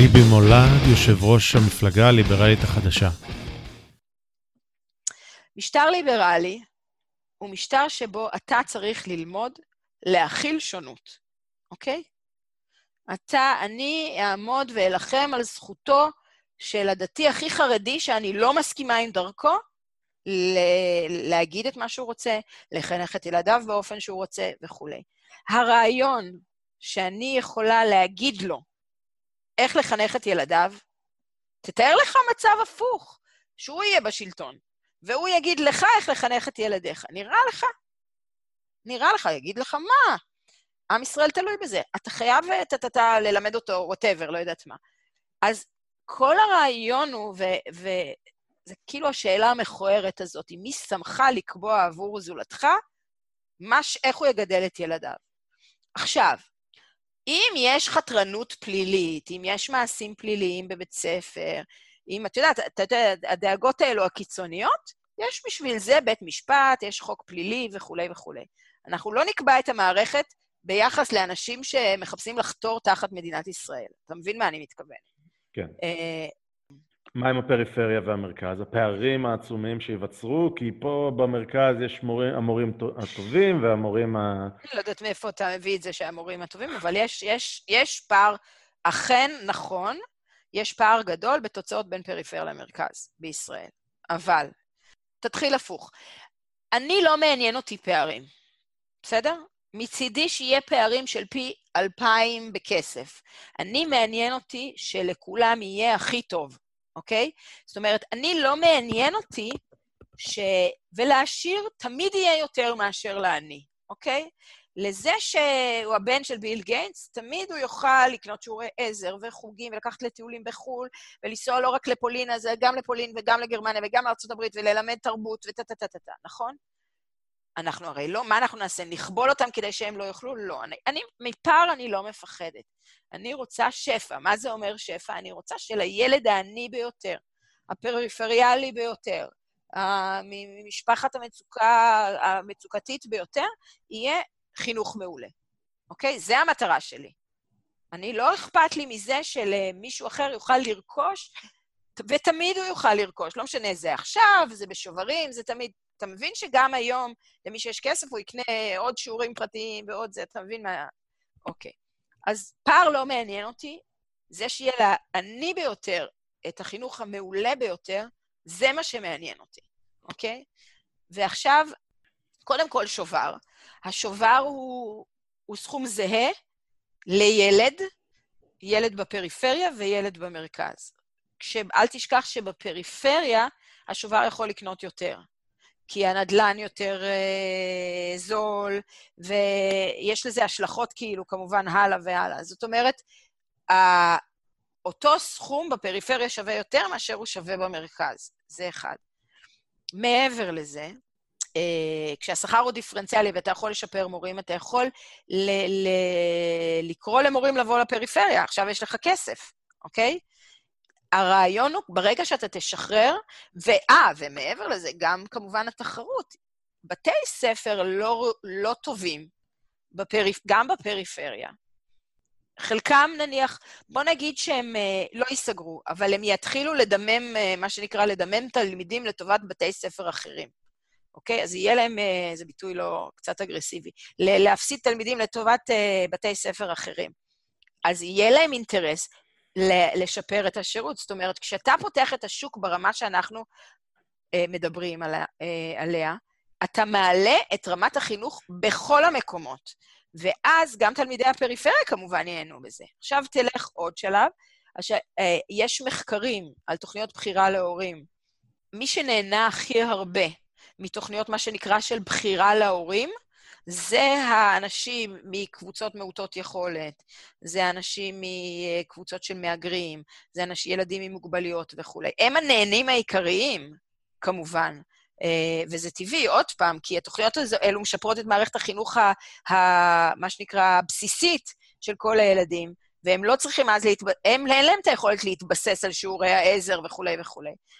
ליבי מולד, יושב ראש המפלגה הליברלית החדשה. משטר ליברלי הוא משטר שבו אתה צריך ללמוד להכיל שונות, אוקיי? אני אעמוד ואלחם על זכותו של הדתי הכי חרדי שאני לא מסכימה עם דרכו, להגיד את מה שהוא רוצה, לחנך את ילדיו באופן שהוא רוצה וכו'. הרעיון שאני יכולה להגיד לו איך לחנך את ילדיו, תתאר לך מצב הפוך, שהוא יהיה בשלטון, והוא יגיד לך איך לחנך את ילדיך. נראה לך, יגיד לך מה? עם ישראל תלוי בזה. אתה חייב ללמד אותו, whatever, לא יודעת מה. אז כל הרעיון הוא, וזה כאילו השאלה המכוערת הזאת, מי שמך לקבוע עבור זולתך, איך הוא יגדל את ילדיו. עכשיו, אם יש חתרנות פלילית, אם יש מעשים פליליים בבית ספר, אם את יודעת, הדאגות האלו הקיצוניות, יש בשביל זה בית משפט, יש חוק פלילי וכו' וכו'. אנחנו לא נקבע את המערכת ביחס לאנשים שמחפשים לחתור תחת מדינת ישראל. אתה מבין מה אני מתכוון? כן. מה עם הפריפריה והמרכז? הפערים העצומים שיווצרו, כי פה במרכז יש המורים הטובים והמורים אני לא יודעת מאיפה אתה מביא את זה שהמורים הטובים, אבל יש פער, אכן נכון, יש פער גדול בתוצאות בין פריפריה למרכז בישראל. אבל, תתחיל הפוך. אני לא מעניין אותי פערים, בסדר? מצידי שיהיה פערים של פי 2,000 בכסף. אני מעניין אותי שלכולם יהיה הכי טוב, אוקיי? זאת אומרת, אני לא מעניין אותי ולעשיר תמיד יהיה יותר מאשר לעני, אוקיי? לזה שהוא הבן של ביל גיינס, תמיד הוא יוכל לקנות שיעורי עזר וחוגים ולקחת לטיולים בחול, ולנסוע לא רק לפולין, אז גם לפולין וגם לגרמניה וגם לארצות הברית, וללמד תרבות נכון? אנחנו הרי לא, מה אנחנו נעשה? נכבול אותם כדי שהם לא יוכלו? לא. מפער אני לא מפחדת. אני רוצה שפע. מה זה אומר שפע? אני רוצה שלילד העני ביותר, הפריפריאלי ביותר, ממשפחת המצוקתית ביותר, יהיה חינוך מעולה. אוקיי? זה המטרה שלי. אני לא אכפת לי מזה שלמישהו אחר יוכל לרכוש, ותמיד הוא יוכל לרכוש. לא משנה, זה עכשיו, זה בשוברים, זה תמיד. אתה מבין שגם היום, למי שיש כסף, הוא יקנה עוד שיעורים פרטיים ועוד זה, אתה מבין מה? אוקיי. אז פער לא מעניין אותי, זה שיהיה לעני ביותר, את החינוך המעולה ביותר, זה מה שמעניין אותי, אוקיי? ועכשיו, קודם כל שובר. השובר הוא סכום זהה לילד, ילד בפריפריה וילד במרכז. אל תשכח שבפריפריה, השובר יכול לקנות יותר. כי הנדלן יותר זול, ויש לזה השלכות כאילו, כמובן, הלאה והלאה. זאת אומרת, אותו סכום בפריפריה שווה יותר מאשר הוא שווה במרכז. זה אחד. מעבר לזה, כשהשכר הוא דיפרנציאלי ואתה יכול לשפר מורים, אתה יכול לקרוא למורים לבוא לפריפריה. עכשיו יש לך כסף, אוקיי? הרעיון הוא, ברגע שאתה תשחרר, ומעבר לזה, גם כמובן התחרות, בתי ספר לא טובים, גם בפריפריה. חלקם נניח, בוא נגיד שהם לא ייסגרו, אבל הם יתחילו לדמם, מה שנקרא, לדמם תלמידים לטובת בתי ספר אחרים. אוקיי? אז יהיה להם, זה ביטוי לא קצת אגרסיבי, להפסיד תלמידים לטובת בתי ספר אחרים. אז יהיה להם אינטרס, לשפר את השירות. זאת אומרת, כשאתה פותח את השוק ברמה שאנחנו מדברים עליה, אתה מעלה את רמת החינוך בכל המקומות, ואז גם תלמידי הפריפריה כמובן ייהנו בזה. עכשיו תלך עוד שלב, יש מחקרים על תוכניות בחירה להורים. מי שנהנה הכי הרבה מתוכניות מה שנקרא של בחירה להורים, זה האנשים מקבוצות מעוטות יכולת, זה האנשים מקבוצות של מהגרים, זה ילדים עם מוגבליות וכו'. הם הנהנים העיקריים, כמובן, וזה טבעי, עוד פעם, כי התוכניות האלו משפרות את מערכת החינוך, מה שנקרא, הבסיסית של כל הילדים, והם לא צריכים אז אין להם את היכולת להתבסס על שיעורי העזר וכו' וכו'.